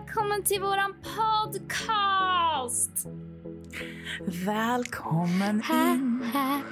välkommen till våran podcast! Välkommen in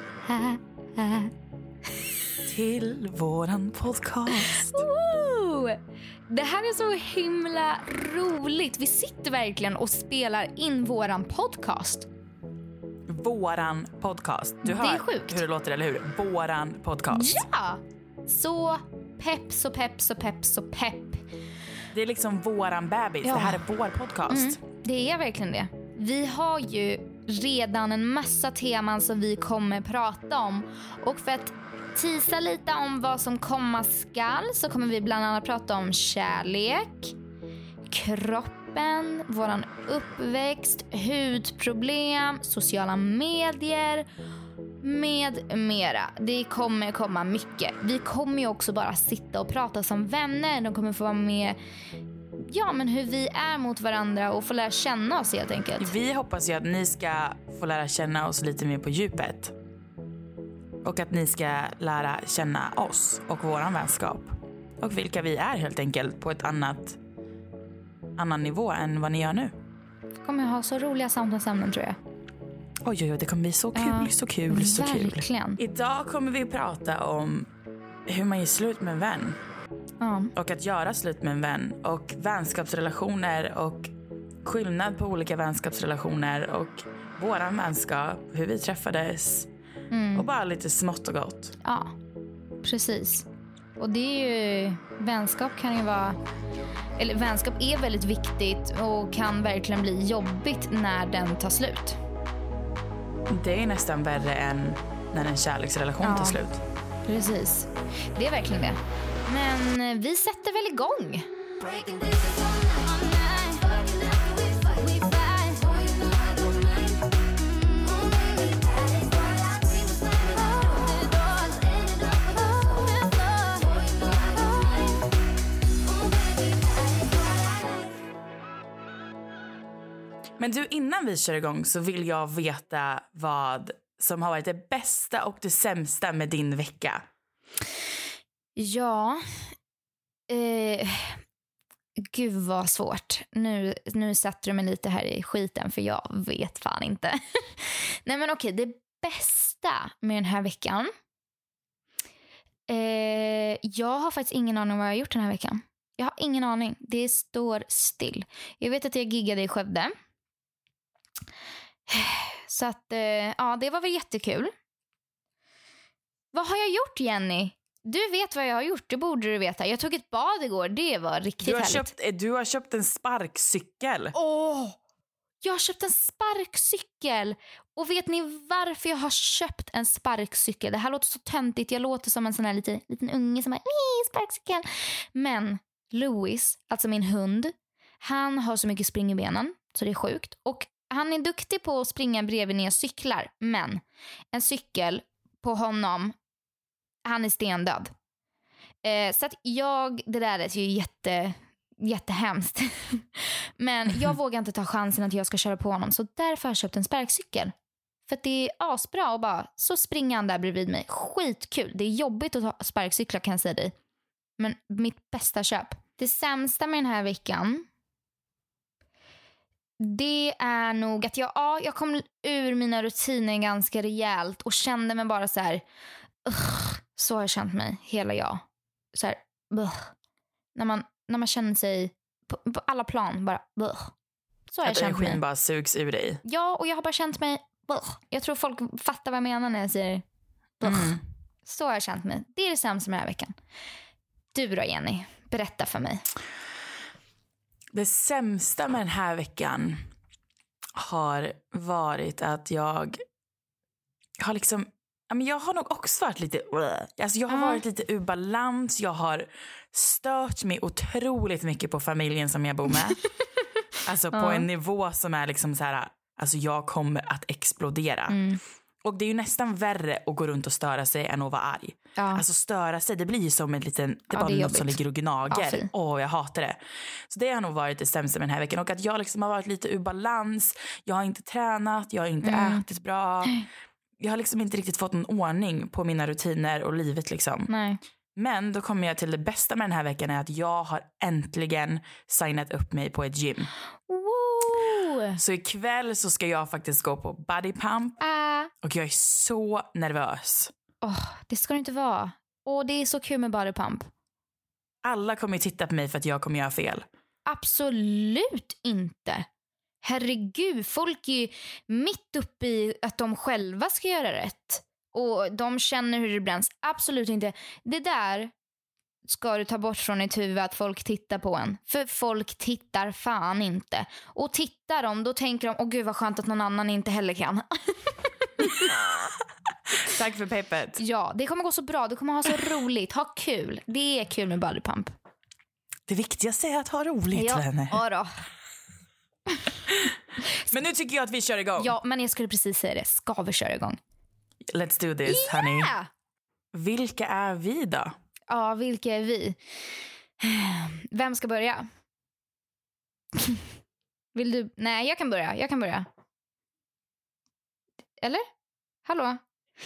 till våran podcast. Det här är så himla roligt. Vi sitter verkligen och spelar in våran podcast. Våran podcast. Du hör det är sjukt. Hur det låter, eller hur? Våran podcast. Ja! Så pepp, så pepp, så pepp, så pepp. Det är liksom våran bebis. Ja. Det här är vår podcast. Det är verkligen det. Vi har ju redan en massa teman som vi kommer prata om. Och för att tisa lite om vad som komma skall så kommer vi bland annat prata om kärlek, kroppen, våran uppväxt, hudproblem, sociala medier med mera. Det kommer komma mycket. Vi kommer ju också bara sitta och prata som vänner. De kommer få vara med, ja, men hur vi är mot varandra och få lära känna oss helt enkelt. Vi hoppas ju att ni ska få lära känna oss lite mer på djupet. Och att ni ska lära känna oss och våran vänskap. Och vilka vi är helt enkelt på ett annan nivå än vad ni gör nu. Vi kommer ha så roliga samtalsämnen, tror jag. Oj, det kommer bli så kul, så kul. Verkligen. Idag kommer vi prata om hur man gör slut med en vän. Och att göra slut med en vän. Och vänskapsrelationer och skillnad på olika vänskapsrelationer. Och våran vänskap, hur vi träffades. Och bara lite smått och gott. Ja, precis. Och det är ju, vänskap kan ju vara, eller vänskap är väldigt viktigt och kan verkligen bli jobbigt när den tar slut. Det är nästan värre än när en kärleksrelation tar slut. Precis. Det är verkligen det. Men vi sätter väl igång. Men du, innan vi kör igång så vill jag veta vad som har varit det bästa och det sämsta med din vecka. Ja, gud vad svårt. Nu sätter du mig lite här i skiten för jag vet fan inte. Nej men okej, det bästa med den här veckan. Jag har faktiskt ingen aning om vad jag har gjort den här veckan. Jag har ingen aning, det står still. Jag vet att jag giggade i Skövde. Så att, ja, det var väl jättekul. Vad har jag gjort, Jenny? Du vet vad jag har gjort, det borde du veta. Jag tog ett bad igår, det var riktigt härligt. Du har köpt en sparkcykel. Jag har köpt en sparkcykel. Och vet ni varför jag har köpt en sparkcykel? Det här låter så töntigt, jag låter som en sån här liten unge som bara, sparkcykel. Men Louis, alltså min hund, han har så mycket spring i benen så det är sjukt. Och han är duktig på att springa bredvid när cyklar. Men en cykel på honom, han är stendöd. Så att det där är ju jättehemskt. Men jag vågar inte ta chansen att jag ska köra på honom. Så därför har jag köpt en sparkcykel. För att det är asbra och bara så springer han där bredvid mig. Skitkul. Det är jobbigt att ta sparkcyklar, kan jag säga dig. Men mitt bästa köp. Det sämsta med den här veckan, det är nog att jag kom ur mina rutiner ganska rejält och kände mig bara så här, så har jag känt mig hela jag. Så här, när man känner sig på alla plan bara, så har jag känt mig. Att energin bara sugs ur dig. Ja, och jag har bara känt mig, jag tror folk fattar vad jag menar när jag säger så har jag känt mig. Det är det sämsta med den här veckan. Du då, Jenny, berätta för mig. Det sämsta med den här veckan har varit att jag har nog också varit lite, alltså jag har varit lite ur balans. Jag har stört mig otroligt mycket på familjen som jag bor med. Alltså på en nivå som är liksom så här, alltså jag kommer att explodera. Och det är ju nästan värre att gå runt och störa sig än att vara arg. Alltså störa sig, det blir ju som en liten, det är bara något som ligger och gnager. Jag hatar det. Så det har nog varit det sämsta med den här veckan. Och att jag liksom har varit lite ur balans. Jag har inte tränat, jag har inte ätit bra. Jag har liksom inte riktigt fått en ordning på mina rutiner och livet liksom. Nej. Men då kommer jag till det bästa med den här veckan är att jag har äntligen signat upp mig på ett gym. Woo! Så ikväll så ska jag faktiskt gå på body pump. Och jag är så nervös. Det ska det inte vara. Det är så kul med body pump. Alla kommer ju titta på mig för att jag kommer göra fel. Absolut inte. Herregud, folk är ju mitt uppe i att de själva ska göra rätt. Och de känner hur det bränns. Absolut inte. Det där ska du ta bort från ditt huvud, att folk tittar på en. För folk tittar fan inte. Och tittar de, då tänker de, gud vad skönt att någon annan inte heller kan. Tack för peppet. Ja, det kommer gå så bra. Du kommer ha så roligt. Ha kul. Det är kul med body pump. Det viktigaste är att ha roligt, vänner. Ja då. Men nu tycker jag att vi kör igång. Ja, men jag skulle precis säga det. Ska vi köra igång? Let's do this, honey. Vilka är vi då? Ja, vilka är vi? Vem ska börja? Vill du? Nej, jag kan börja. Eller? Hallå?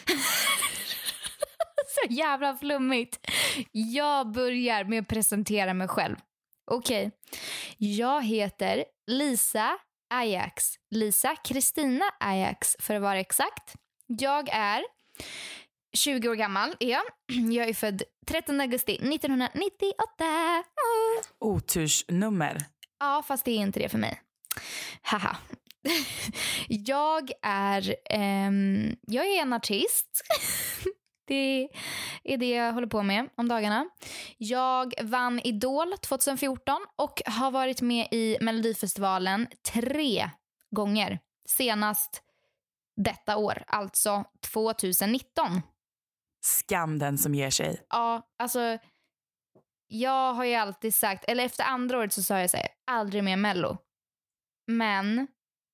Så jävla flummigt. Jag börjar med att presentera mig själv. Okej. Jag heter Lisa Ajax. Lisa Kristina Ajax för att vara exakt. Jag är 20 år gammal. Jag är född 13 augusti 1998. Otursnummer. Ja, fast det är inte det för mig. Haha. Jag är en artist. Det är det jag håller på med om dagarna. Jag vann Idol 2014 och har varit med i Melodifestivalen 3 gånger. Senast detta år, alltså 2019. Skam den som ger sig. Ja, alltså jag har ju alltid sagt, eller efter andra året så sa jag så här, aldrig mer Mello. Men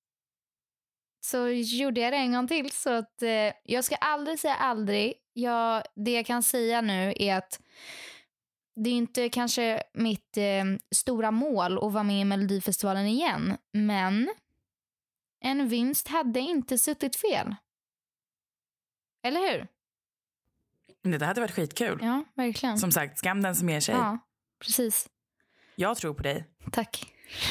så gjorde jag det en gång till, så att jag ska aldrig säga aldrig. Det jag kan säga nu är att det är inte kanske mitt stora mål att vara med i Melodifestivalen igen, men en vinst hade inte suttit fel. Eller hur? Det hade varit skitkul. Ja, verkligen. Som sagt, skam den som ger sig. Ja, precis. Jag tror på dig. Tack.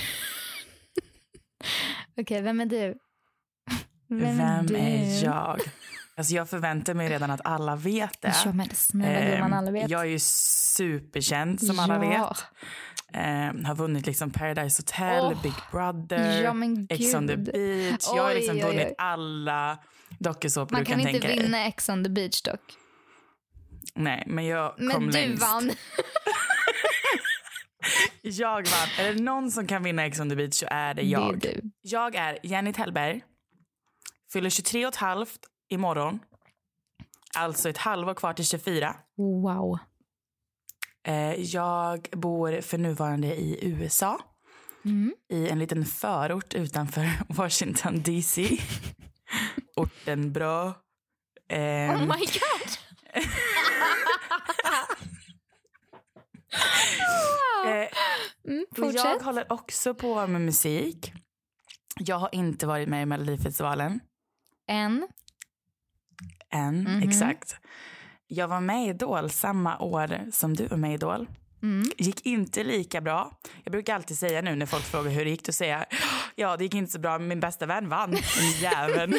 Okej, vem är du? Vem är jag? Alltså jag förväntar mig redan att alla vet det. Ja, men snälla man alla vet. Jag är ju superkänd som alla vet. Har vunnit liksom Paradise Hotel, Big Brother, Ex on the Beach. Jag har liksom vunnit alla dokusåpor du kan tänka dig. Man kan inte vinna Ex on the Beach dock. Nej, men jag kom längst. Men du vann. Jag vann. Är det någon som kan vinna Ex on the Beach så är det jag. Det är du. Jag är Jenny Tellberg. Fyller 23,5 imorgon. Alltså ett halvår kvar till 24. Wow. Jag bor för nuvarande i USA. I en liten förort utanför Washington DC. Orten bra. Oh my god. Jag håller också på med musik. Jag har inte varit med i Melodifestivalen. Än, exakt. Jag var med i Idol samma år som du var med i Idol. Gick inte lika bra. Jag brukar alltid säga nu när folk frågar hur det gick, då säger jag, ja det gick inte så bra, men min bästa vän vann. Jäveln.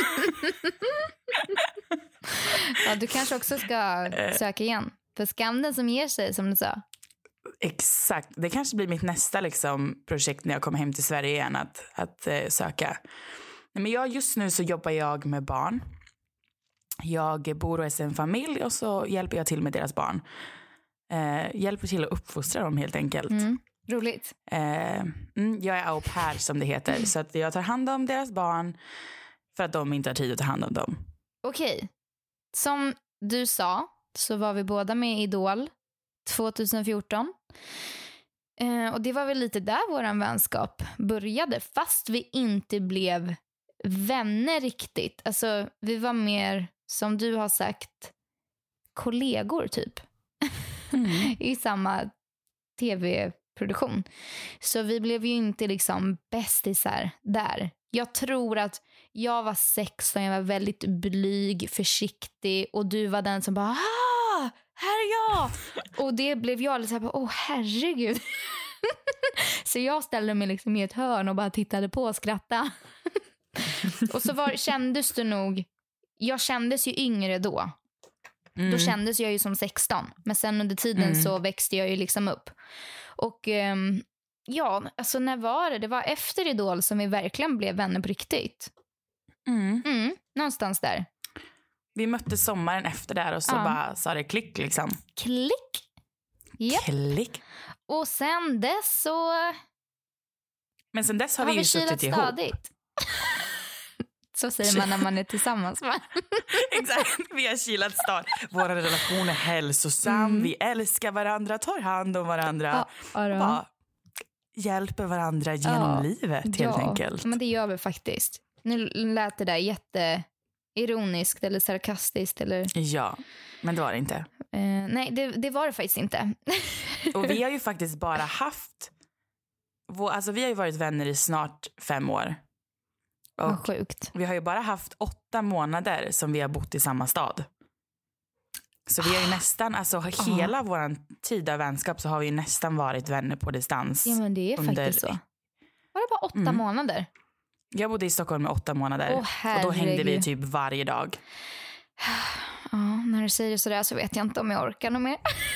Ja, du kanske också ska söka igen. För skam den som ger sig, som du sa. Exakt. Det kanske blir mitt nästa liksom, projekt när jag kommer hem till Sverige igen, att söka. Men just nu så jobbar jag med barn. Jag bor hos en familj och så hjälper jag till med deras barn. Hjälper till att uppfostra dem helt enkelt. Roligt. Jag är au pair som det heter. Så att jag tar hand om deras barn för att de inte har tid att ta hand om dem. Okej. Som du sa så var vi båda med i Idol 2014. Och det var väl lite där våran vänskap började. Fast vi inte blev vänner riktigt. Alltså vi var mer, som du har sagt, kollegor typ. I samma tv-produktion. Så vi blev ju inte liksom bästisar där. Jag tror att jag var 16, jag var väldigt blyg, försiktig. Och du var den som bara, här är jag. Och det blev jag lite så här, åh herregud. Så jag ställde mig liksom i ett hörn och bara tittade på och skrattade. Och så kändes du nog, jag kändes ju yngre då. Då kändes jag ju som 16. Men sen under tiden så växte jag ju liksom upp. Och ja, alltså när var det? Det var efter Idol som vi verkligen blev vänner på riktigt. Någonstans där. Vi möttes sommaren efter där och så bara sa det klick liksom. Klick. Yep. Klick. Och sen dess så... Men sen dess har vi ju suttit ihop. Stadigt. Så säger man när man är tillsammans, va? Exakt, vi har kilat stad. Vår relation är hälsosam, vi älskar varandra, tar hand om varandra. Bara hjälper varandra genom livet helt enkelt. Men det gör vi faktiskt. Nu lät det där jätteironiskt eller sarkastiskt. Eller... Ja, men det var det inte. Nej, det var det faktiskt inte. Och vi har ju faktiskt bara haft... Alltså vi har ju varit vänner i snart 5 år. Och sjukt. Vi har ju bara haft 8 månader som vi har bott i samma stad. Så vi har ju nästan, alltså hela vår tid av vänskap så har vi ju nästan varit vänner på distans. Ja, men det är faktiskt så. Var det bara 8 månader? Jag bodde i Stockholm i 8 månader. Och då hängde vi typ varje dag. Ja, när du säger sådär så vet jag inte om jag orkar något mer.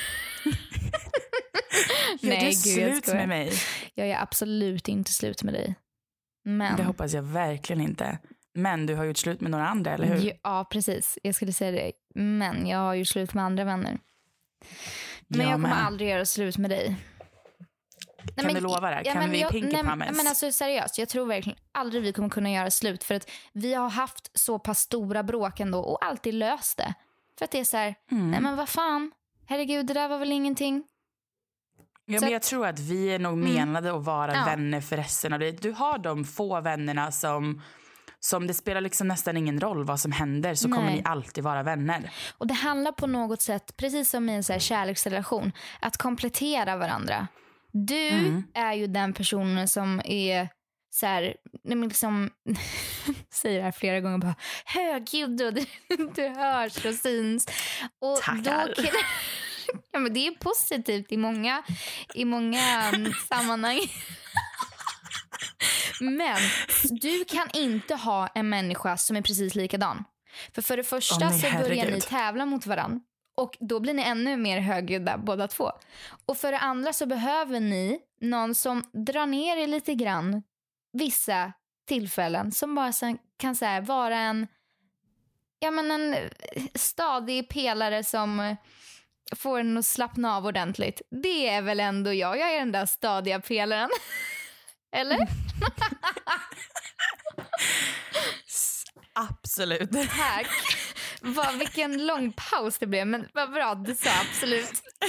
Nej, du slut med mig? Jag är absolut inte slut med dig. Men... Det hoppas jag verkligen inte. Men du har gjort slut med några andra, eller hur? Ja, precis. Jag skulle säga det. Men jag har gjort slut med andra vänner. Men jag kommer aldrig göra slut med dig. Kan du lova det? Kan vi pinky promise? Men alltså seriöst, jag tror verkligen aldrig vi kommer kunna göra slut. För att vi har haft så pass stora bråk ändå och alltid löst det. För att det är så här, nej men vad fan. Herregud, det där var väl ingenting. Ja, men jag tror att vi är nog menade att vara vänner för resten av det. Du har de få vännerna som det spelar liksom nästan ingen roll vad som händer, så kommer ni alltid vara vänner. Och det handlar på något sätt, precis som i en så här kärleksrelation, att komplettera varandra. Du är ju den personen som är så här, liksom säger det här flera gånger, bara högljudd och du hörs och syns. Och tackar. Då ja, men det är positivt i många sammanhang. Men du kan inte ha en människa som är precis likadan. För det första så börjar ni tävla mot varandra. Och då blir ni ännu mer högljudda båda två. Och för det andra så behöver ni någon som drar ner er lite grann vissa tillfällen. Som bara kan så här, vara en stadig pelare som får en att slappna av ordentligt. Det är väl ändå jag. Jag är den där stadiga pelaren. Eller? Absolut. Tack. Vilken lång paus det blev. Men vad bra, du sa absolut.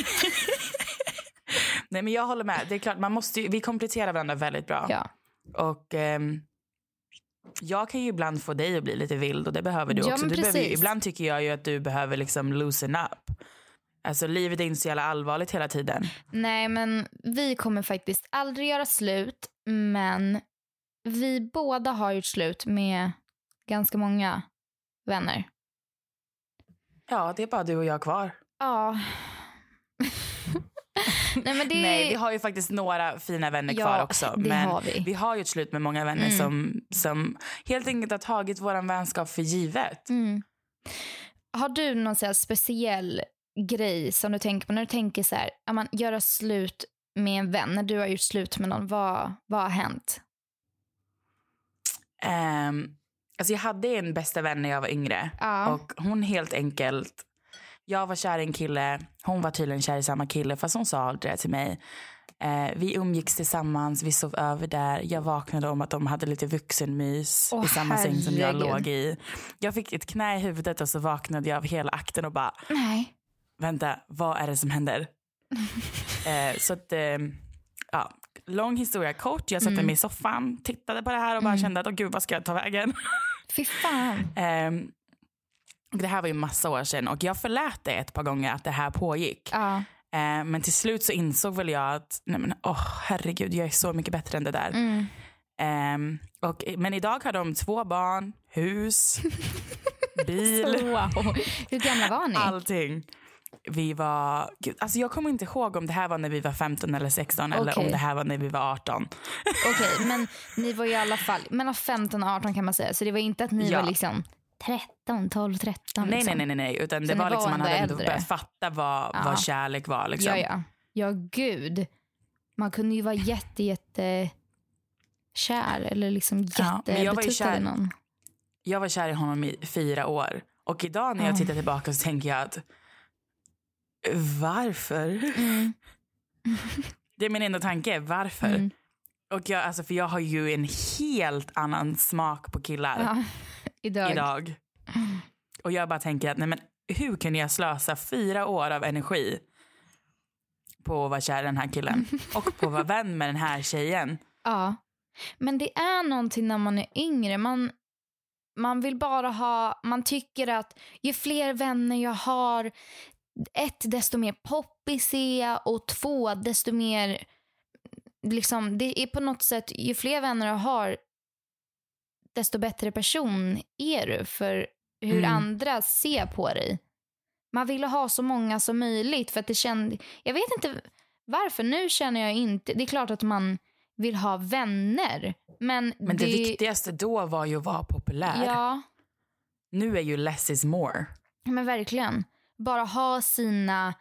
Nej, men jag håller med. Det är klart, vi kompletterar varandra väldigt bra. Ja. Och jag kan ju ibland få dig att bli lite vild. Och det behöver du också. Ibland tycker jag ju att du behöver liksom loosen up. Alltså livet är inte så jävla allvarligt hela tiden. Nej, men vi kommer faktiskt aldrig göra slut. Men vi båda har gjort slut med ganska många vänner. Ja, det är bara du och jag kvar. Ja. Nej, vi har ju faktiskt några fina vänner kvar också. Men vi har gjort slut med många vänner som helt enkelt har tagit våran vänskap för givet. Har du någon så här speciell grej som du tänker på när du tänker så här, göra slut med en vän, när du har gjort slut med någon, vad har hänt? Alltså jag hade en bästa vän när jag var yngre. Och hon helt enkelt, jag var kär i en kille, hon var tydligen kär i samma kille, fast hon sa aldrig det till mig. Vi umgicks tillsammans, vi sov över där. Jag vaknade om att de hade lite vuxenmys i samma säng som jag låg i. Jag fick ett knä i huvudet och så vaknade jag av hela akten och bara, nej. Vänta, vad är det som händer? Så att, ja, lång historia kort. Jag satte mig i soffan, tittade på det här och bara kände att, gud, vad ska jag ta vägen? Fy fan. Det här var ju massa år sedan och jag förlät det ett par gånger att det här pågick. Men till slut så insåg väl jag att, herregud, jag är så mycket bättre än det där. Men idag har de 2 barn, hus, bil. Wow. Hur gamla var ni? Allting. vi var... Gud, alltså jag kommer inte ihåg om det här var när vi var 15 eller 16 eller om det här var när vi var 18. Okej, men ni var ju i alla fall mellan 15 och 18 kan man säga. Så det var inte att ni var liksom 12, 13. Liksom. Nej. Utan det var liksom man hade ändå börjat fatta vad kärlek var. Liksom. Ja, gud. Man kunde ju vara jätte kär eller liksom jättebetuttad i någon. Jag var kär i honom i 4 år. Och idag när jag tittar tillbaka så tänker jag att varför? Det är min enda tanke, varför? Och för jag har ju en helt annan smak på killar idag. Och jag bara tänker att nej, men hur kunde jag slösa 4 år av energi på att vara kär i den här killen och på att vara vän med den här tjejen? Ja, men det är någonting när man är yngre. Man vill bara man tycker att ju fler vänner jag har, 1, desto mer poppis är jag, och 2, desto mer liksom, det är på något sätt, ju fler vänner jag har, desto bättre person är du för hur andra ser på dig. Man vill ha så många som möjligt för att jag vet inte varför, nu känner jag inte, det är klart att man vill ha vänner, men det viktigaste då var ju att vara populär. Ja. Nu är ju less is more. Men verkligen. Bara ha sina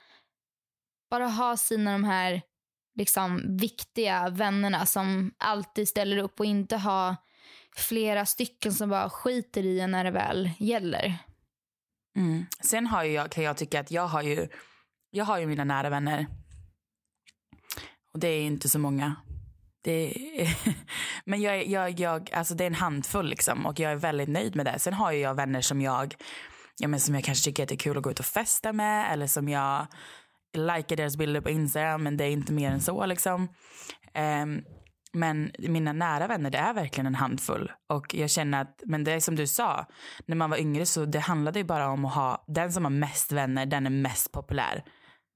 de här liksom viktiga vännerna som alltid ställer upp, och inte ha flera stycken som bara skiter i en när det väl gäller. Sen kan jag tycka att jag har ju mina nära vänner. Och det är inte så många. Men alltså det är en handfull liksom, och jag är väldigt nöjd med det. Sen har jag vänner som jag kanske tycker att det är kul att gå ut och festa med, eller som jag likar deras bilder på Instagram, men det är inte mer än så liksom. Men mina nära vänner, det är verkligen en handfull. Och jag känner att, men det är som du sa, när man var yngre så det handlade ju bara om att ha den som har mest vänner, den är mest populär.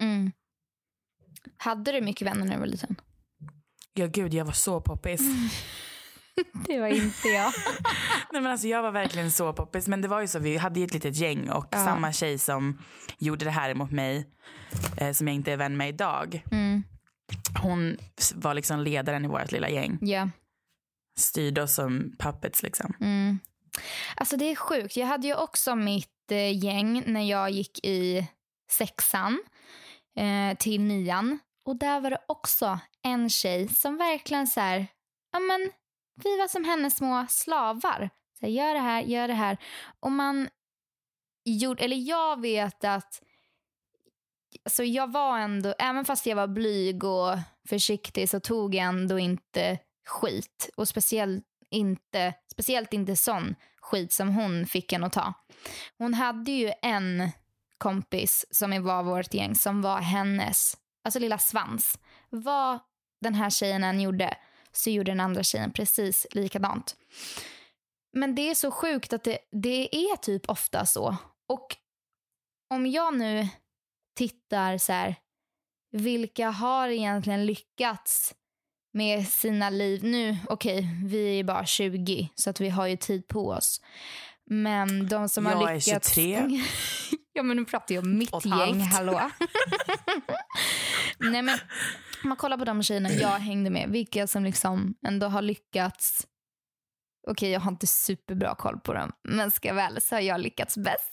Hade du mycket vänner när du var liten? Ja gud, jag var så poppis. Det var inte jag. Nej, men alltså jag var verkligen så poppis. Men det var ju så, vi hade ju ett litet gäng. Och samma tjej som gjorde det här emot mig, som jag inte är vän med idag, hon var liksom ledaren i vårt lilla gäng. Styrde oss som puppets liksom. Alltså det är sjukt. Jag hade ju också mitt gäng när jag gick i 6:an till 9:an. Och där var det också en tjej som verkligen så här, ja men vi var som hennes små slavar. Så här, gör det här. Och jag vet att alltså jag var ändå, även fast jag var blyg och försiktig, så tog jag ändå inte skit. Och speciellt inte sån skit som hon fick en att ta. Hon hade ju en kompis som var vårt gäng, som var hennes, alltså lilla svans. Vad den här tjejen än gjorde, så gjorde den andra tjejen precis likadant. Men det är så sjukt att det är typ ofta så. Och om jag nu tittar så här, vilka har egentligen lyckats med sina liv nu? Okej, vi är bara 20 så att vi har ju tid på oss. Men de som har lyckats... Jag är 23. Ja, men nu pratar jag om mitt gäng, hallå. Nej, men om man kollar på de tjejerna jag hängde med, vilka som liksom ändå har lyckats. Okej, jag har inte superbra koll på dem, men ska väl så har jag lyckats bäst.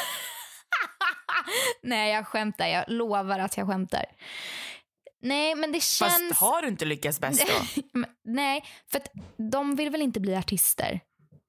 Nej, jag skämtar, jag lovar att jag skämtar. Nej, men det känns... Fast har du inte lyckats bäst då? Nej, för att de vill väl inte bli artister.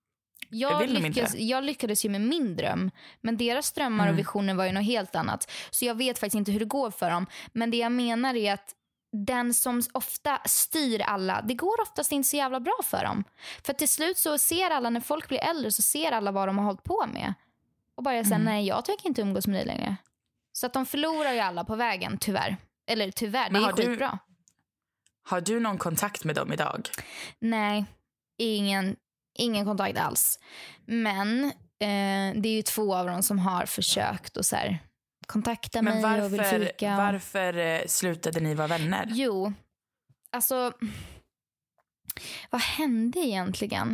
Jag lyckades ju med min dröm, men deras drömmar och visioner var ju något helt annat. Så jag vet faktiskt inte hur det går för dem. Men det jag menar är att den som ofta styr alla, det går oftast inte så jävla bra för dem. För till slut så ser alla, när folk blir äldre, så ser alla vad de har hållit på med. Och bara säga, nej, jag tänker inte umgås med dig längre. Så att de förlorar ju alla på vägen, tyvärr. Eller tyvärr, det är skitbra. Har du någon kontakt med dem idag? Nej, ingen kontakt alls. Men det är ju 2 av dem som har försökt och så här, kontakta mig och vill fika. Varför slutade ni vara vänner? Jo, alltså vad hände egentligen?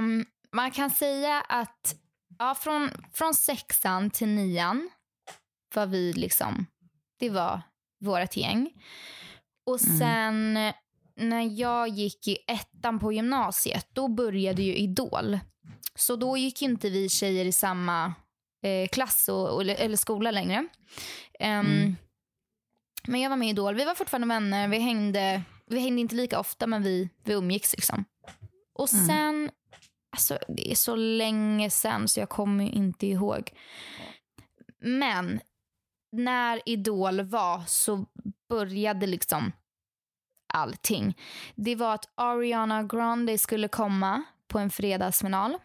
Man kan säga att från 6:an till 9:an var vi liksom, det var vårat gäng. Och sen när jag gick i 1:an på gymnasiet, då började ju Idol. Så då gick inte vi tjejer i samma klass eller skola längre. Men jag var med i Idol. Vi var fortfarande vänner. Vi hängde inte lika ofta, men vi umgicks liksom. Och sen, alltså det är så länge sen så jag kommer inte ihåg. Men när Idol var så började liksom allting. Det var att Ariana Grande skulle komma på en fredagsfinal.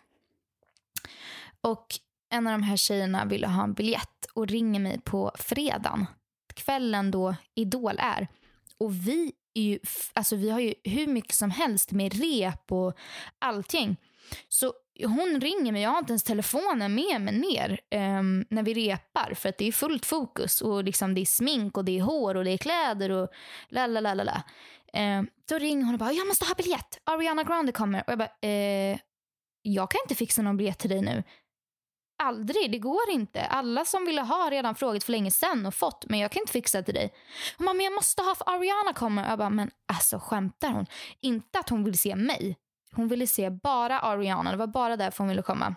Och en av de här tjejerna ville ha en biljett och ringer mig på fredagen. Kvällen då Idol är. Och vi är ju, alltså vi har ju hur mycket som helst med rep och allting. Så hon ringer mig, jag har inte ens telefonen med mig ner när vi repar. För att det är fullt fokus och liksom det är smink och det är hår och det är kläder och lalalala. Då ringer hon och bara, jag måste ha biljett, Ariana Grande kommer. Och jag bara, jag kan inte fixa någon biljett till dig nu. Aldrig, det går inte. Alla som ville ha har redan frågat för länge sedan och fått, men jag kan inte fixa till dig. Hon bara, men jag måste ha för Ariana kommer. Och jag bara, men alltså skämtar hon? Inte att hon ville se mig. Hon ville se bara Ariana. Det var bara därför hon ville komma.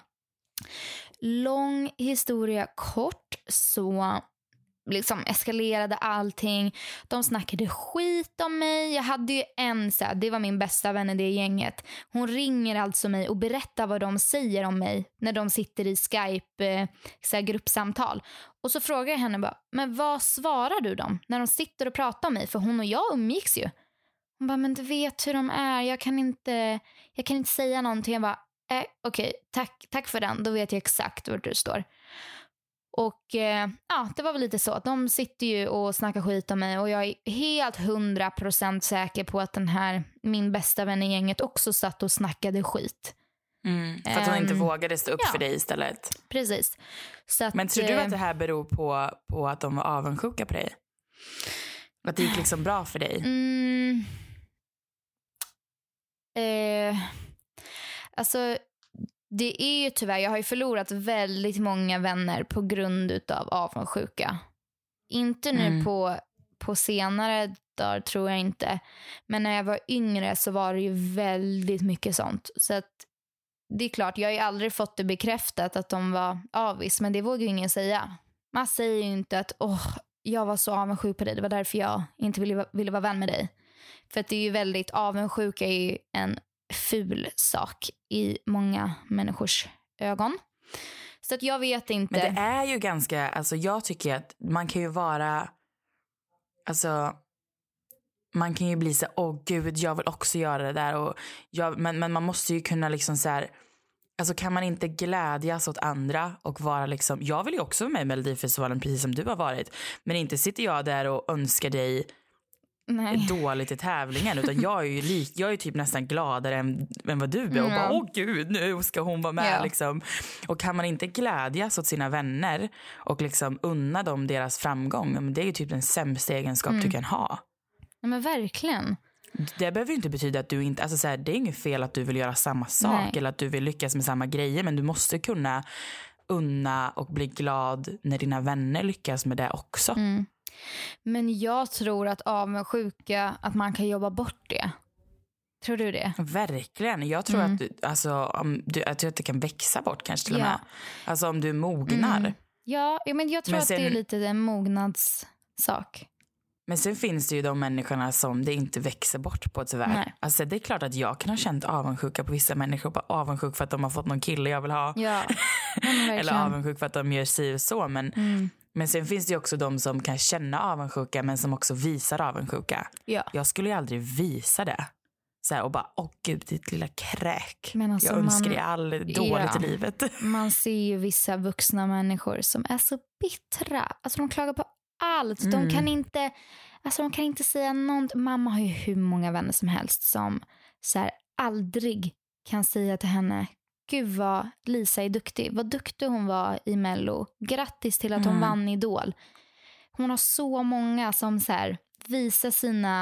Lång historia kort, så liksom eskalerade allting. De snackade skit om mig. Jag hade ju en så här, det var min bästa vän i det gänget. Hon ringer alltså mig och berättar vad de säger om mig när de sitter i Skype så här, gruppsamtal. Och så frågar jag henne bara, men vad svarar du dem när de sitter och pratar om mig? För hon och jag umgicks ju. Hon bara, men du vet hur de är. Jag kan inte säga någonting. Jag bara, okej, tack för den. Då vet jag exakt var du står. Och ja, det var väl lite så. De sitter ju och snackar skit om mig. Och jag är helt 100% säker på att den här, min bästa vän i gänget, också satt och snackade skit. För att hon inte vågade stå upp för dig istället. Precis. Så att, men tror du att det här beror på att de var avundsjuka på dig? Att det gick liksom bra för dig? Alltså det är ju tyvärr, jag har ju förlorat väldigt många vänner på grund utav avundsjuka. Inte nu på senare dagar, tror jag inte. Men när jag var yngre så var det ju väldigt mycket sånt. Så att det är klart, jag har ju aldrig fått det bekräftat att de var avis, men det vågar ju ingen säga. Man säger ju inte att jag var så avundsjuk på dig, det var därför jag inte ville vara vän med dig. För att det är ju väldigt, avundsjuka är ju en ful sak i många människors ögon. Så att jag vet inte. Men det är ju ganska, alltså jag tycker att man kan ju vara, alltså man kan ju bli så, gud, jag vill också göra det där och men man måste ju kunna liksom så här, alltså kan man inte glädjas åt andra och vara liksom, jag vill ju också vara med i Melodifestivalen precis som du har varit, men inte sitter jag där och önskar dig dåligt i tävlingen, utan jag är ju typ nästan gladare än vad du är och bara, gud, nu ska hon vara med liksom. Och kan man inte glädjas åt sina vänner och liksom unna dem deras framgång, men det är ju typ den sämsta egenskap du kan ha. Ja, men verkligen. Det behöver ju inte betyda att du inte, alltså så här, det är inget fel att du vill göra samma sak eller att du vill lyckas med samma grejer, men du måste kunna unna och bli glad när dina vänner lyckas med det också. Men jag tror att avundsjuka, att man kan jobba bort det. Tror du det? Verkligen. Jag tror att det kan växa bort kanske till och med. Alltså om du mognar. Ja, men jag tror att det är lite en mognadssak. Men sen finns det ju de människorna som det inte växer bort på tyvärr. Nej. Alltså det är klart att jag kan ha känt avundsjuka på vissa människor. Bara avundsjuk för att de har fått någon kille jag vill ha. Ja, eller avundsjuk för att de gör sig så. Men sen finns det ju också de som kan känna avundsjuka men som också visar avundsjuka. Ja. Jag skulle ju aldrig visa det. Så här, och bara, gud, ditt lilla kräk. Men alltså, jag önskar dig all dåligt i livet. Man ser ju vissa vuxna människor som är så bittra. Alltså de klagar på allt. De kan inte säga någonting. Mamma har ju hur många vänner som helst som så här, aldrig kan säga till henne, gud vad Lisa är duktig. Vad duktig hon var i Mello. Grattis till att hon vann Idol. Hon har så många som så här, visar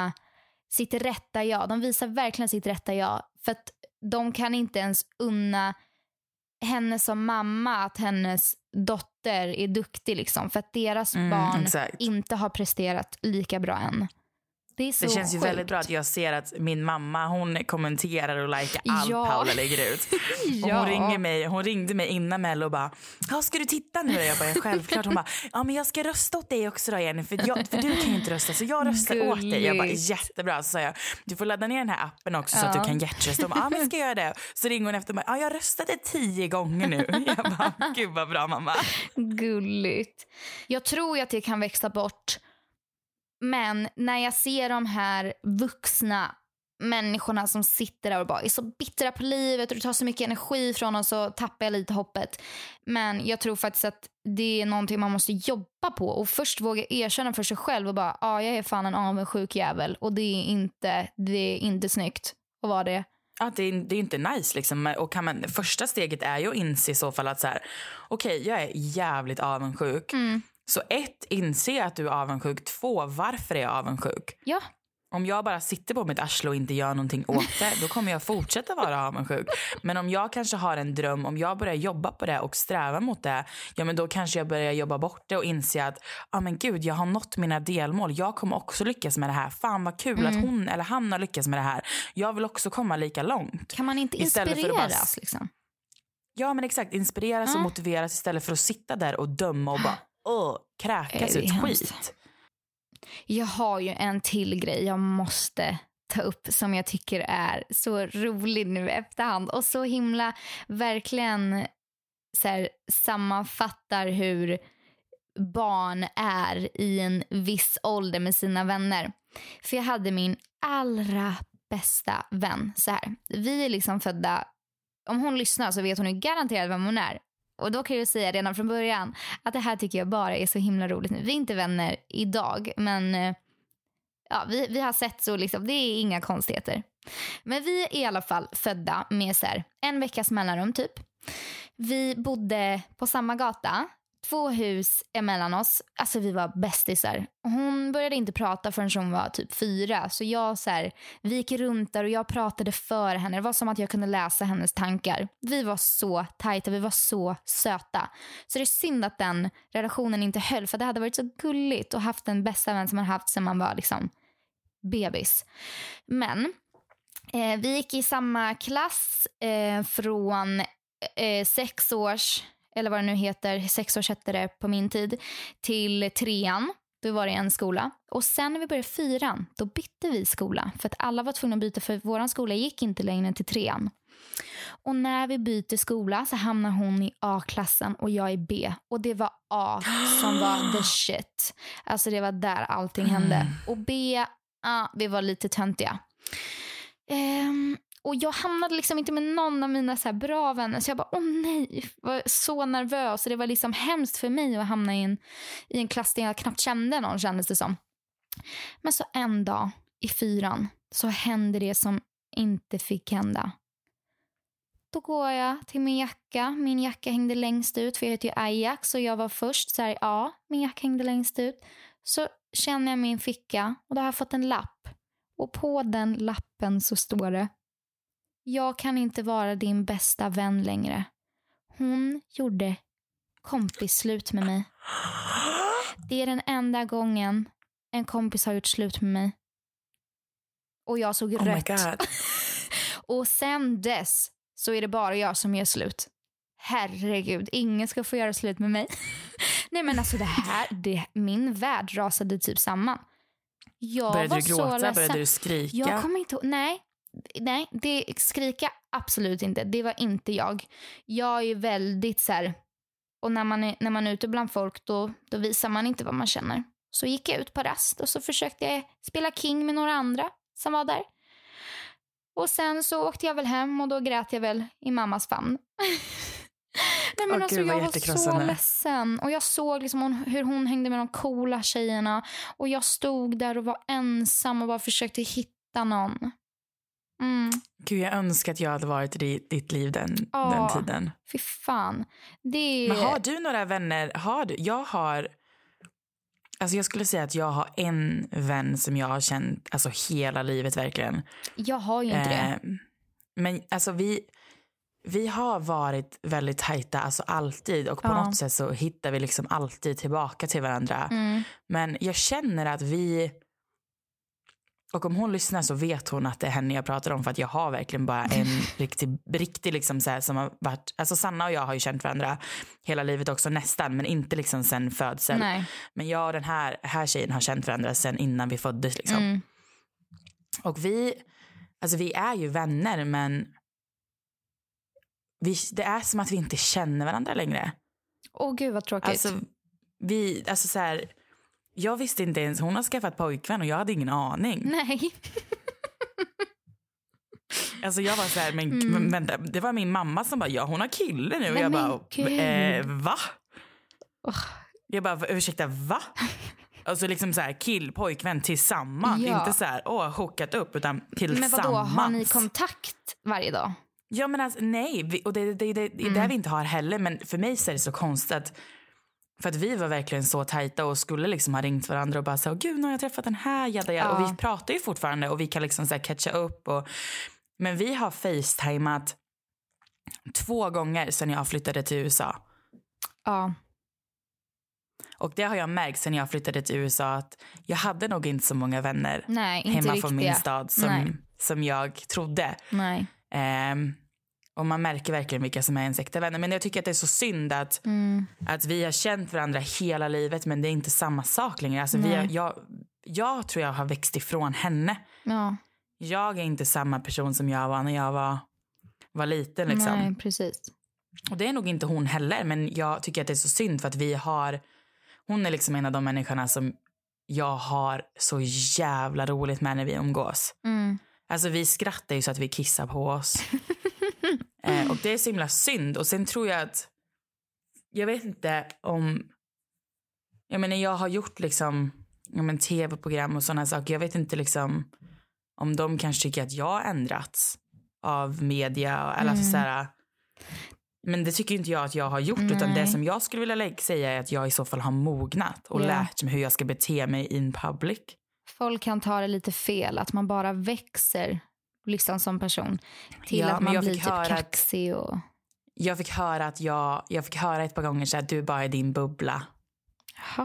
sitt rätta jag. De visar verkligen sitt rätta jag. För att de kan inte ens unna henne som mamma att hennes dotter är duktig liksom, för att deras barn inte har presterat lika bra än. Det känns ju väldigt bra att jag ser att min mamma, hon kommenterar och likar allt Paula lägger ut. Och hon ringde mig innan Mello och bara, ska du titta nu? Jag bara, självklart. Hon bara, men jag ska rösta åt dig också då, Jenny, för du kan ju inte rösta, så jag röstar åt dig. Jag bara, jättebra. Så sa jag, du får ladda ner den här appen också så att du kan hjärtrösta. De bara, men ska jag göra det? Så ringer hon efter mig, jag röstade 10 gånger nu. Jag bara, gud vad bra mamma. Gulligt. Jag tror att det kan växa bort. Men när jag ser de här vuxna människorna som sitter där och bara är så bittra på livet och det tar så mycket energi från oss, så tappar jag lite hoppet. Men jag tror faktiskt att det är någonting man måste jobba på och först våga erkänna för sig själv och bara, jag är fan en avundsjuk jävel och det är inte snyggt att vara det. Ja, det är inte nice liksom. Och första steget är ju att inse i så fall att så här, okej, jag är jävligt avundsjuk. Så 1, inse att du är avundsjuk. 2, varför är jag avundsjuk? Ja. Om jag bara sitter på mitt arsle och inte gör någonting åt det, då kommer jag fortsätta vara avundsjuk. Men om jag kanske har en dröm, om jag börjar jobba på det och sträva mot det, men då kanske jag börjar jobba bort det och inse att, men gud, jag har nått mina delmål. Jag kommer också lyckas med det här. Fan vad kul att hon eller han har lyckats med det här. Jag vill också komma lika långt. Kan man inte inspireras liksom? Ja, men exakt. Inspireras och motiveras istället för att sitta där och döma och bara kräkas ut skit. Jag har ju en till grej jag måste ta upp som jag tycker är så rolig nu efterhand och så himla verkligen så här, sammanfattar hur barn är i en viss ålder med sina vänner. För jag hade min allra bästa vän så här. Vi är liksom födda, om hon lyssnar så vet hon ju garanterat vem hon är. Och då kan jag säga redan från början att det här tycker jag bara är så himla roligt nu. Vi är inte vänner idag, men vi har sett så liksom, det är inga konstigheter. Men vi är i alla fall födda med så här, 1 veckas mellanrum typ. Vi bodde på samma gata, 2 hus emellan oss. Alltså vi var bästisar. Hon började inte prata förrän hon var typ 4. Så jag så här, vi gick runt där och jag pratade för henne. Det var som att jag kunde läsa hennes tankar. Vi var så tajta, vi var så söta. Så det är synd att den relationen inte höll. För det hade varit så gulligt att haft en bästa vän som man haft sedan man var liksom bebis. Men vi gick i samma klass från 6 års, eller vad det nu heter, 6 års hette det på min tid, till 3:an. Då var det en skola. Och sen när vi började 4:an, då bytte vi skola. För att alla var tvungna att byta, för våran skola gick inte längre till 3:an. Och när vi byter skola så hamnar hon i A-klassen och jag i B. Och det var A som var the shit. Alltså det var där allting hände. Och B, vi var lite töntiga. Och jag hamnade liksom inte med någon av mina så här bra vänner. Så jag bara, nej, var så nervös. Och det var liksom hemskt för mig att hamna i en klass där jag knappt kände någon, kändes det som. Men så en dag i 4:an så hände det som inte fick hända. Då går jag till min jacka. Min jacka hängde längst ut, för jag heter ju Ajax. Och jag var först så här, min jacka hängde längst ut. Så känner jag min ficka och då har jag fått en lapp. Och på den lappen så står det: jag kan inte vara din bästa vän längre. Hon gjorde kompisslut med mig. Det är den enda gången en kompis har gjort slut med mig. Och jag såg rött. My God. Och sen dess så är det bara jag som gör slut. Herregud, ingen ska få göra slut med mig. Nej men alltså min värld rasade typ samman. Började du gråta? Började du skrika? Jag kommer inte ihåg. Nej, det skrika absolut inte. Det var inte jag. Jag är väldigt så här, och när man är ute bland folk då visar man inte vad man känner. Så gick jag ut på rast och så försökte jag spela King med några andra som var där. Och sen så åkte jag väl hem och då grät jag väl i mammas famn. Nej men alltså jag var så ledsen. Och jag såg liksom hur hon hängde med de coola tjejerna. Och jag stod där och var ensam och bara försökte hitta någon. Gud, jag önskar att jag hade varit i ditt liv den tiden. Fy fan. Men har du några vänner? Jag skulle säga att jag har en vän som jag har känt alltså hela livet verkligen. Jag har ju inte det. Men alltså vi har varit väldigt tajta, alltså alltid. Och på något sätt så hittar vi liksom alltid tillbaka till varandra. Men jag känner att vi... Och om hon lyssnar så vet hon att det är henne jag pratar om. För att jag har verkligen bara en riktig liksom så här, som har varit... Alltså Sanna och jag har ju känt varandra hela livet också nästan. Men inte liksom sen födsel. Nej. Men jag och den här tjejen har känt varandra sen innan vi föddes liksom. Och vi är ju vänner, men det är som att vi inte känner varandra längre. Åh gud vad tråkigt. Alltså så här, jag visste inte ens, hon har skaffat pojkvän och jag hade ingen aning. Nej. Alltså jag var så här, men vänta, det var min mamma som bara, ja hon har kille nu. Och jag bara, va? Jag bara, ursäkta, va? Alltså liksom så här, pojkvän tillsammans. Inte så här, hookat upp, utan tillsammans. Men vadå, har ni kontakt varje dag? Ja men alltså, nej. Och det är där vi inte har heller. Men för mig så är det så konstigt. För att vi var verkligen så tajta och skulle liksom ha ringt varandra och bara så, gud nu har jag träffat den här jadda. Och vi pratar ju fortfarande och vi kan liksom så här catcha upp. Men vi har facetimat 2 gånger sedan jag flyttade till USA. Ja. Och det har jag märkt sen jag flyttade till USA, att jag hade nog inte så många vänner hemma från min stad som jag trodde. Nej. Och man märker verkligen vilka som är ens äkta vänner. Men jag tycker att det är så synd att vi har känt varandra hela livet, men det är inte samma sak längre. Alltså jag tror jag har växt ifrån henne. Ja. Jag är inte samma person som jag var när jag var liten liksom. Nej, precis. Och det är nog inte hon heller, men jag tycker att det är så synd för att hon är liksom en av de människorna som jag har så jävla roligt med när vi umgås. Alltså vi skrattar ju så att vi kissar på oss. Och det är så himla synd. Och sen tror jag att, jag vet inte om, jag menar jag har gjort liksom tv-program och sådana saker. Jag vet inte liksom om de kanske tycker att jag har ändrats av media eller så här. Men det tycker inte jag att jag har gjort. Nej. Utan det som jag skulle vilja säga är att jag i så fall har mognat och lärt mig hur jag ska bete mig in public. Folk kan ta det lite fel, att man bara växer liksom som person till att man blir typ kaxig och... Jag fick höra att jag fick höra ett par gånger så att du bara är din bubbla. Jaha.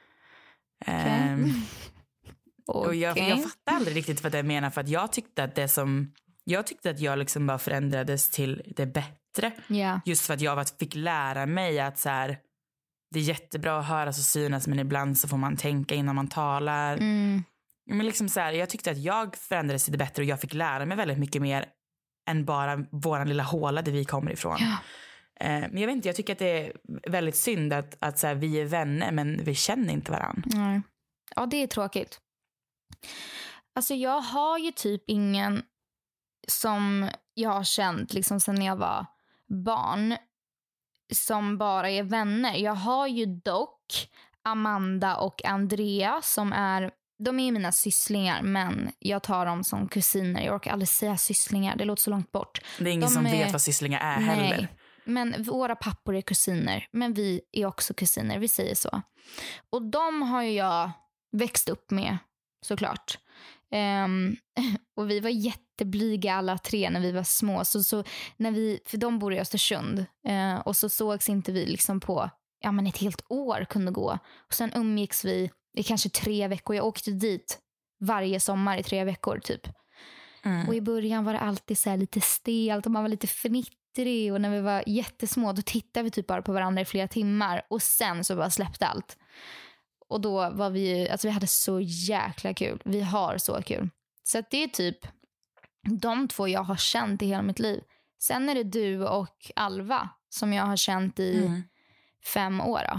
Och jag fattar aldrig riktigt vad det menar, för att jag tyckte att jag liksom bara förändrades till det bättre. Yeah. Just för att jag fick lära mig att så här, det är jättebra att höra och synas, men ibland så får man tänka innan man talar. Men liksom så här, jag tyckte att jag förändrades till det bättre och jag fick lära mig väldigt mycket mer än bara våran lilla håla där vi kommer ifrån. Yeah. Men jag vet inte, jag tycker att det är väldigt synd att så här, vi är vänner men vi känner inte varandra. Ja, det är tråkigt. Alltså jag har ju typ ingen som jag har känt liksom sedan jag var barn som bara är vänner. Jag har ju dock Amanda och Andrea de är mina sysslingar, men jag tar dem som kusiner. Jag orkar aldrig säga sysslingar, det låter så långt bort. Det är ingen som vet vad sysslingar är heller. Nej, men våra pappor är kusiner, men vi är också kusiner, vi säger så. Och de har ju jag växt upp med, såklart. Och vi var jätteblyga alla 3 när vi var små. Så när för de bor i Östersund. Och så sågs inte vi liksom på ett helt år kunde gå. Och sen umgicks vi i kanske 3 veckor. Jag åkte dit varje sommar i 3 veckor typ. Och i början var det alltid så här lite stelt och man var lite fnittrig. Och när vi var jättesmå då tittade vi typ bara på varandra i flera timmar. Och sen så bara släppte allt. Och då var vi hade så jäkla kul. Vi har så kul. Så att det är typ de 2 jag har känt i hela mitt liv. Sen är det du och Alva som jag har känt i 5 år då.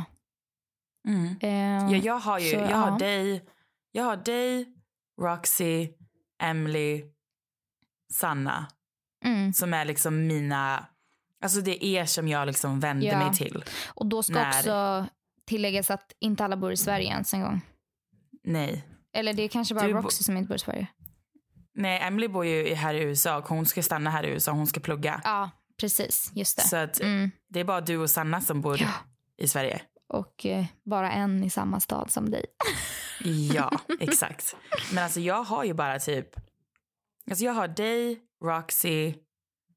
Jag har dig, Roxy, Emily, Sanna. Som är liksom mina... Alltså det är som jag liksom vänder mig till. Och då ska också tilläggas att inte alla bor i Sverige ens en gång. Nej. Eller det är kanske bara Roxy som inte bor i Sverige. Nej, Emily bor ju här i USA och hon ska stanna här i USA. Hon ska plugga. Ja, precis. Just det. Så att det är bara du och Sanna som bor i Sverige. Och bara en i samma stad som dig. Ja, exakt. Men alltså jag har ju bara typ... Alltså jag har dig, Roxy,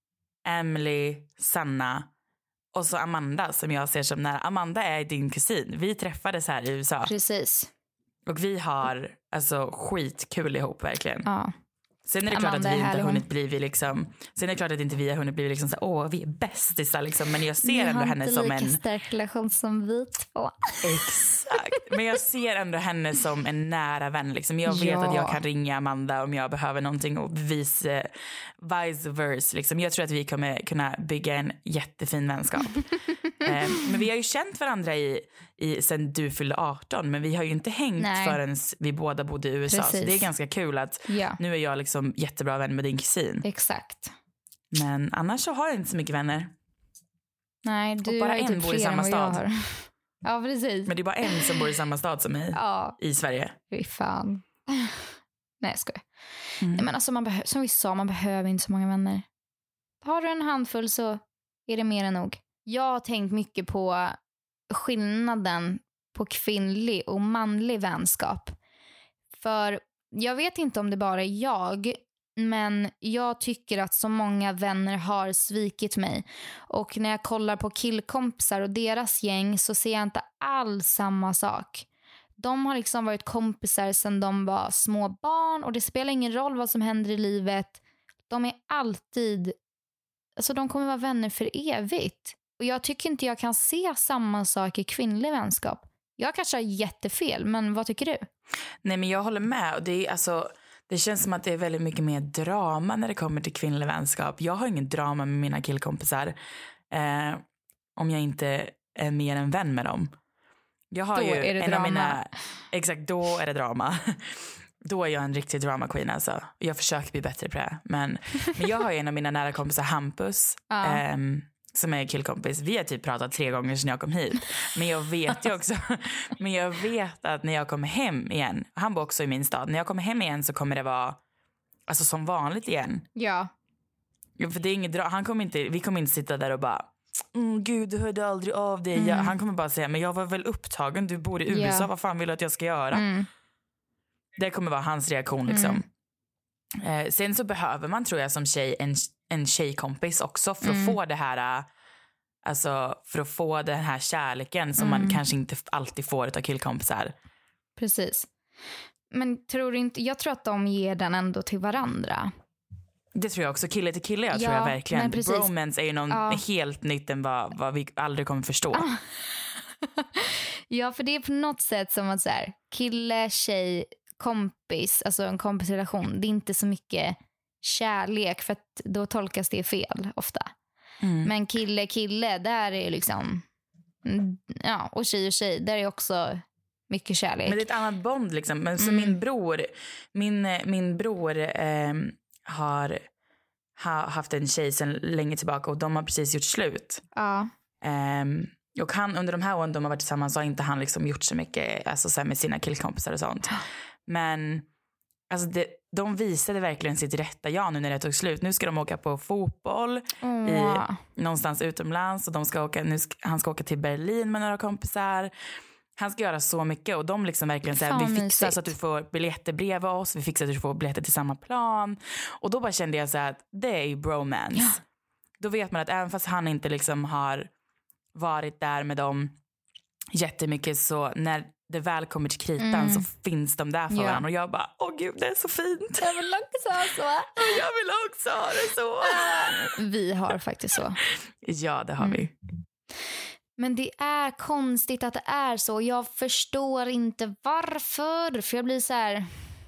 Emily, Sanna och så Amanda som jag ser som nära. Amanda är din kusin. Vi träffades här i USA. Precis. Och vi har alltså skitkul ihop verkligen. Ja. Sen är det klart att vi inte har hunnit bli liksom. Sen är det klart att inte vi har hunnit bli liksom så åh, vi är bästisar liksom, men jag ser ändå henne som en. Ni har inte lika stark relation som vi två. Exakt. Men jag ser ändå henne som en nära vän liksom. Jag vet att jag kan ringa Amanda om jag behöver någonting och vice versa liksom. Jag tror att vi kommer kunna bygga en jättefin vänskap. Men vi har ju känt varandra sen du fyllde 18, men vi har ju inte hängt förrän vi båda bodde i USA. Precis. Så det är ganska kul att nu är jag liksom jättebra vän med din kusin. Exakt. Men annars så har jag inte så mycket vänner. Nej, du och bara har en typ bor i samma stad. Ja, precis. Men det är bara en som bor i samma stad som mig i Sverige. Fy fan. Nej, jag skojar. Nej, men alltså som vi sa, man behöver inte så många vänner. Har du en handfull så är det mer än nog. Jag har tänkt mycket på skillnaden på kvinnlig och manlig vänskap. För jag vet inte om det bara är jag, men jag tycker att så många vänner har svikit mig. Och när jag kollar på killkompisar och deras gäng så ser jag inte alls samma sak. De har liksom varit kompisar sedan de var små barn och det spelar ingen roll vad som händer i livet. De är alltid, alltså de kommer vara vänner för evigt. Och jag tycker inte jag kan se samma sak i kvinnlig vänskap. Jag kanske har jättefel, men vad tycker du? Nej, men jag håller med. Och det är alltså, det känns som att det är väldigt mycket mer drama när det kommer till kvinnlig vänskap. Jag har ingen drama med mina killkompisar om jag inte är mer en vän med dem. Jag har då ju är det en drama. av mina, exakt, då är det drama. Då är jag en riktig drama queen alltså. Jag försöker bli bättre på det. Men jag har ju en av mina nära kompisar, Hampus, som är killkompis. Vi har typ pratat 3 gånger sedan jag kom hit. Men jag vet ju också, men jag vet att när jag kommer hem igen, han bor också i min stad, när jag kommer hem igen så kommer det vara alltså som vanligt igen. Ja. För det är inget vi kommer inte sitta där och bara gud, du hörde aldrig av dig. Han kommer bara säga, men jag var väl upptagen, du bor i USA, vad fan vill du att jag ska göra? Det kommer vara hans reaktion liksom. Sen så behöver man, tror jag, som tjej en tjejkompis också för att få det här, alltså för att få den här kärleken som man kanske inte alltid får av killkompisar. Precis. Men jag tror att de ger den ändå till varandra. Det tror jag också, kille till kille, tror jag verkligen. Bromance är ju någon helt nytt än vad vi aldrig kommer förstå. Ja, för det är på något sätt som att så här, kille, tjej, kompis, alltså en kompisrelation, det är inte så mycket kärlek för att då tolkas det fel ofta. Men kille, där är liksom och tjej, där är också mycket kärlek. Men det är ett annat bond liksom. Men så min bror har haft en tjej sedan länge tillbaka och de har precis gjort slut. Ja. Och han, under de här åren de har varit tillsammans så har inte han liksom gjort så mycket alltså, så här, med sina killkompisar och sånt. Men alltså de visade verkligen sitt rätta nu när det tog slut. Nu ska de åka på fotboll någonstans utomlands och han ska åka till Berlin med några kompisar. Han ska göra så mycket och de liksom verkligen säger vi fixar så att du får biljetter bredvid oss, vi fixar så att du får biljetter till samma plan. Och då bara kände jag så här att det är ju bromance. Ja. Då vet man att även fast han inte liksom har varit där med dem jättemycket, så när det väl kommer till kritan så finns de där för varandra. Och jag bara, gud, det är så fint. Jag vill också ha så. Jag vill också ha det så. Vi har faktiskt så. Ja, det har vi. Men det är konstigt att det är så. Jag förstår inte varför. För jag blir så här...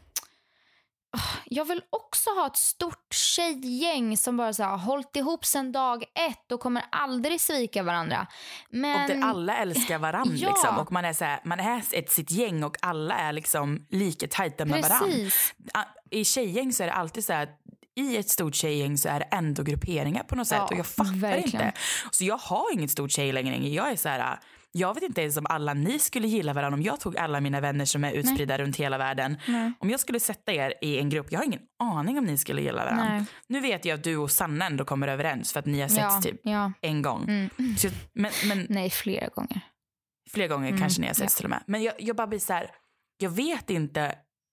Jag vill också ha ett stort tjejgäng som bara så här, har hållit ihop sedan dag 1 och kommer aldrig svika varandra. Men... Och där alla älskar varandra liksom. Och man är så här, man är sitt gäng och alla är liksom lika tajta med varandra. I tjejgäng så är det alltid så här, i ett stort tjejgäng så är det ändå grupperingar på något sätt. Och jag fattar inte. Så jag har inget stort tjej längre. Jag är så här... Jag vet inte ens om alla ni skulle gilla varandra om jag tog alla mina vänner som är utspridda runt hela världen. Nej. Om jag skulle sätta er i en grupp, jag har ingen aning om ni skulle gilla varandra. Nej. Nu vet jag att du och Sanna ändå kommer överens för att ni har setts typ en gång. Så, men, nej, flera gånger. Flera gånger kanske ni har setts till och med. Men jag bara blir så här, jag vet inte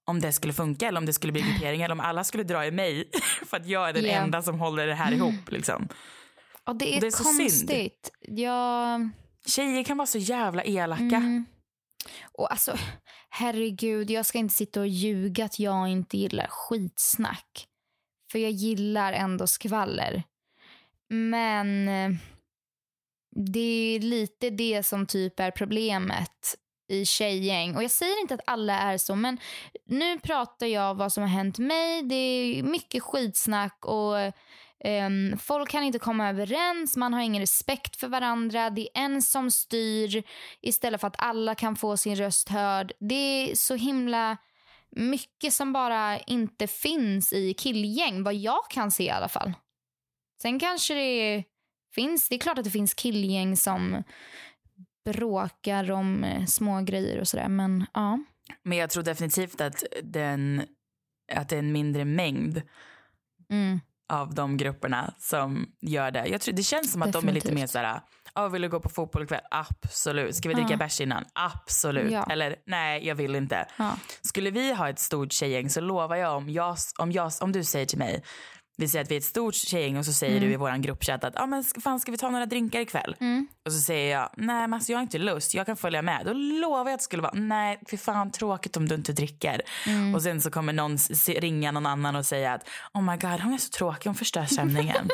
om det skulle funka eller om det skulle bli gruppering eller om alla skulle dra i mig för att jag är den enda som håller det här ihop liksom. Och det är konstigt. Tjejer kan vara så jävla elaka. Och alltså, herregud, jag ska inte sitta och ljuga att jag inte gillar skitsnack. För jag gillar ändå skvaller. Men det är lite det som typ är problemet i tjejgäng. Och jag säger inte att alla är så, men nu pratar jag vad som har hänt mig. Det är mycket skitsnack och folk kan inte komma överens. Man har ingen respekt för varandra. Det är en som styr istället för att alla kan få sin röst hörd. Det är så himla mycket som bara inte finns i killgäng, vad jag kan se i alla fall. Sen kanske det är klart att det finns killgäng som bråkar om små grejer och sådär, men ja. Men jag tror definitivt att det är en mindre mängd av de grupperna som gör det. Jag tror, det känns som att definitivt. De är lite mer såhär, vill du gå på fotboll ikväll? Absolut. Ska vi dricka bärs innan? Absolut. Ja. Eller nej, jag vill inte. Ja. Skulle vi ha ett stort tjejgäng så lovar jag om du säger till mig, vi säger att vi är ett stort tjejgäng och så säger du i våran gruppchatt att men fan, ska vi ta några drinkar ikväll? Och så säger jag, nej men alltså, jag har inte lust, jag kan följa med. Då lovar jag att det skulle vara, nej för fan tråkigt om du inte dricker. Och sen så kommer någon ringa någon annan och säga att oh my god, hon är så tråkig, hon förstör stämningen.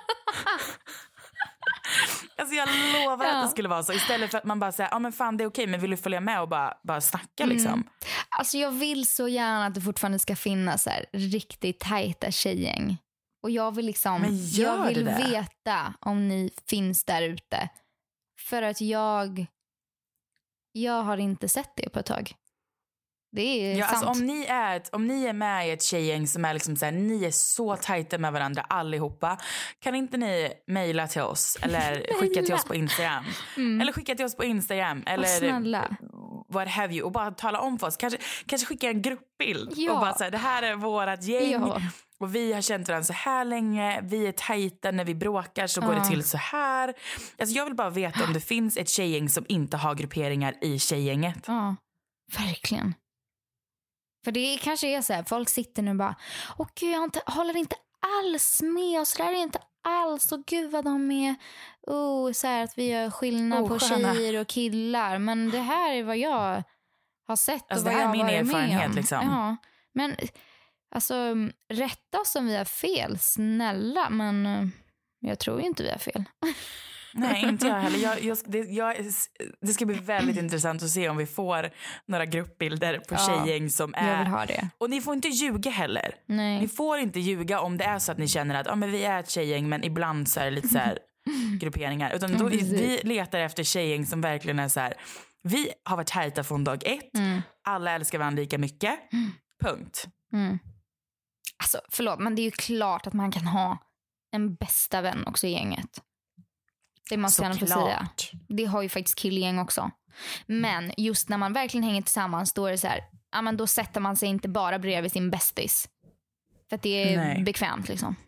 Alltså jag lovar att det skulle vara så. Istället för att man bara säger, men fan det är okej, men vill du följa med och bara snacka liksom. Alltså jag vill så gärna att det fortfarande ska finnas så här riktigt tajta tjejgäng. Och jag vill jag vill veta om ni finns där ute. För att jag har inte sett det på ett tag. Det är sant. Alltså om ni är med i ett tjejgäng som är liksom så här, ni är så tajta med varandra allihopa, kan inte ni mejla till oss eller skicka till oss på Instagram eller skicka till oss på Instagram eller what have you, och bara tala om för oss, kanske skicka en gruppbild och bara så här, det här är vårat gäng och vi har känt varandra så här länge, vi är tajta, när vi bråkar så går det till så här. Alltså jag vill bara veta om det finns ett tjejgäng som inte har grupperingar i tjejgänget. Ja, verkligen. För det kanske är så här, folk sitter nu och bara, gud, jag håller inte alls med oss, det där är inte alls, och gud vad de är så här att vi gör skillnad på tjejer och killar, men det här är vad jag har sett och vad jag har varit med om. Det här är min erfarenhet liksom. Ja, men alltså rätta oss om vi har fel, snälla, men jag tror inte vi har fel. Nej, inte jag heller. Det ska bli väldigt intressant att se om vi får några gruppbilder på tjejgäng som är... Jag vill ha det. Och ni får inte ljuga heller. Nej. Ni får inte ljuga om det är så att ni känner att men vi är ett tjejgäng, men ibland så är det lite så här grupperingar. Utan då, vi letar efter tjejgäng som verkligen är så här, vi har varit tajta från dag 1. Alla älskar varandra lika mycket. Punkt. Alltså, förlåt, men det är ju klart att man kan ha en bästa vän också i gänget. Det måste jag få säga. Det har ju faktiskt killgäng också. Men just när man verkligen hänger tillsammans, då är det så här, men då sätter man sig inte bara bredvid sin bästis. För att det är bekvämt liksom.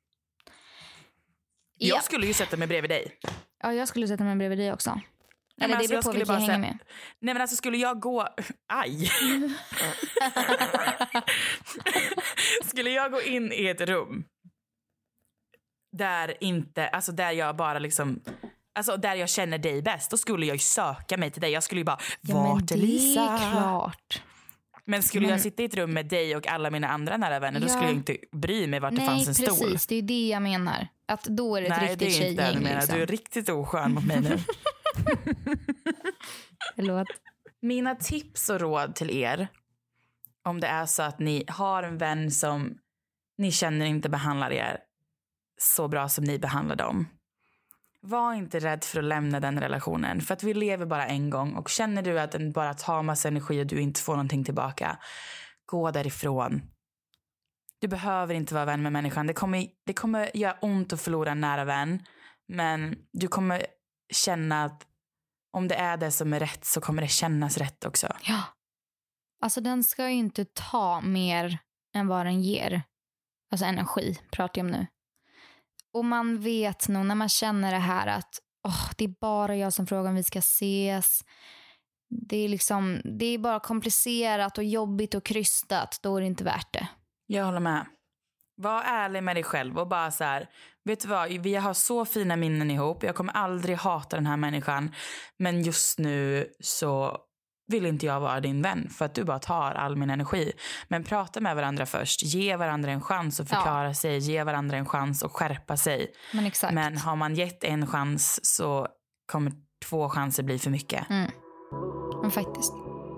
Jag skulle ju sätta mig bredvid dig. Ja, jag skulle sätta mig bredvid dig också. Nej, eller det beror på vilka jag hänger med. Nej, men alltså skulle jag gå... Aj! Skulle jag gå in i ett rum där jag bara liksom, alltså där jag känner dig bäst, då skulle jag ju söka mig till dig. Jag skulle ju bara, vart är Lisa? Det är klart. Men skulle jag sitta i ett rum med dig och alla mina andra nära vänner, då skulle jag inte bry mig vart det fanns en stol. Nej, precis, det är det jag menar. Att då är det ett riktigt tjejgäng. Nej, det är inte det liksom. Du är riktigt oskön mot mig nu. Förlåt. Mina tips och råd till er, om det är så att ni har en vän som ni känner inte behandlar er så bra som ni behandlar dem. Var inte rädd för att lämna den relationen. För att vi lever bara en gång. Och känner du att den bara tar massa energi och du inte får någonting tillbaka, gå därifrån. Du behöver inte vara vän med människan. Det kommer göra ont att förlora en nära vän. Men du kommer känna att om det är det som är rätt, så kommer det kännas rätt också. Ja. Alltså den ska ju inte ta mer än vad den ger. Alltså energi pratar jag om nu. Och man vet nog när man känner det här att det är bara jag som frågar om vi ska ses. det är bara komplicerat och jobbigt och krystat. Då är det inte värt det. Jag håller med. Var ärlig med dig själv och bara så här, vet du vad, vi har så fina minnen ihop. Jag kommer aldrig hata den här människan. Men just nu så vill inte jag vara din vän för att du bara tar all min energi. Men prata med varandra först. Ge varandra en chans att förklara sig. Ge varandra en chans att skärpa sig. Men exakt. Men har man gett en chans så kommer 2 chanser bli för mycket. Men faktiskt.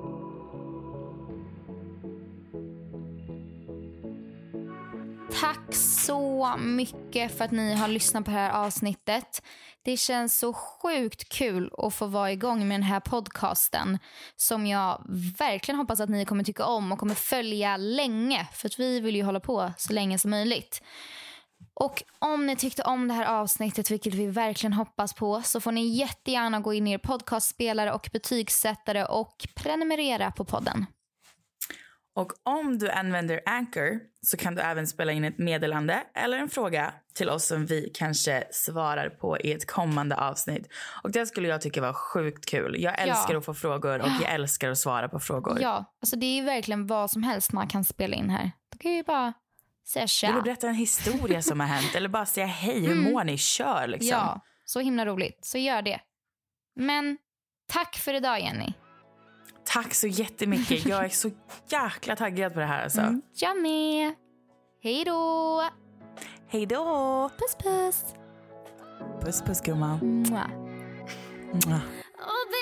Tack så mycket för att ni har lyssnat på det här avsnittet. Det känns så sjukt kul att få vara igång med den här podcasten som jag verkligen hoppas att ni kommer tycka om och kommer följa länge. För att vi vill ju hålla på så länge som möjligt. Och om ni tyckte om det här avsnittet, vilket vi verkligen hoppas på, så får ni jättegärna gå in i er podcastspelare och betygssättare och prenumerera på podden. Och om du använder Anchor så kan du även spela in ett meddelande eller en fråga till oss som vi kanske svarar på i ett kommande avsnitt. Och det skulle jag tycka var sjukt kul. Jag älskar att få frågor och jag älskar att svara på frågor. Ja, alltså det är ju verkligen vad som helst man kan spela in här. Då kan ju bara säga tja. Vill du berätta en historia som har hänt eller bara säga hej, hur mår ni? Kör liksom. Ja, så himla roligt. Så gör det. Men tack för idag, Jenny. Tack så jättemycket. Jag är så jäkla taggad på det här alltså. Jag med. Hej då. Hej då. Puss puss. Puss puss gumman. Mwah. Mwah.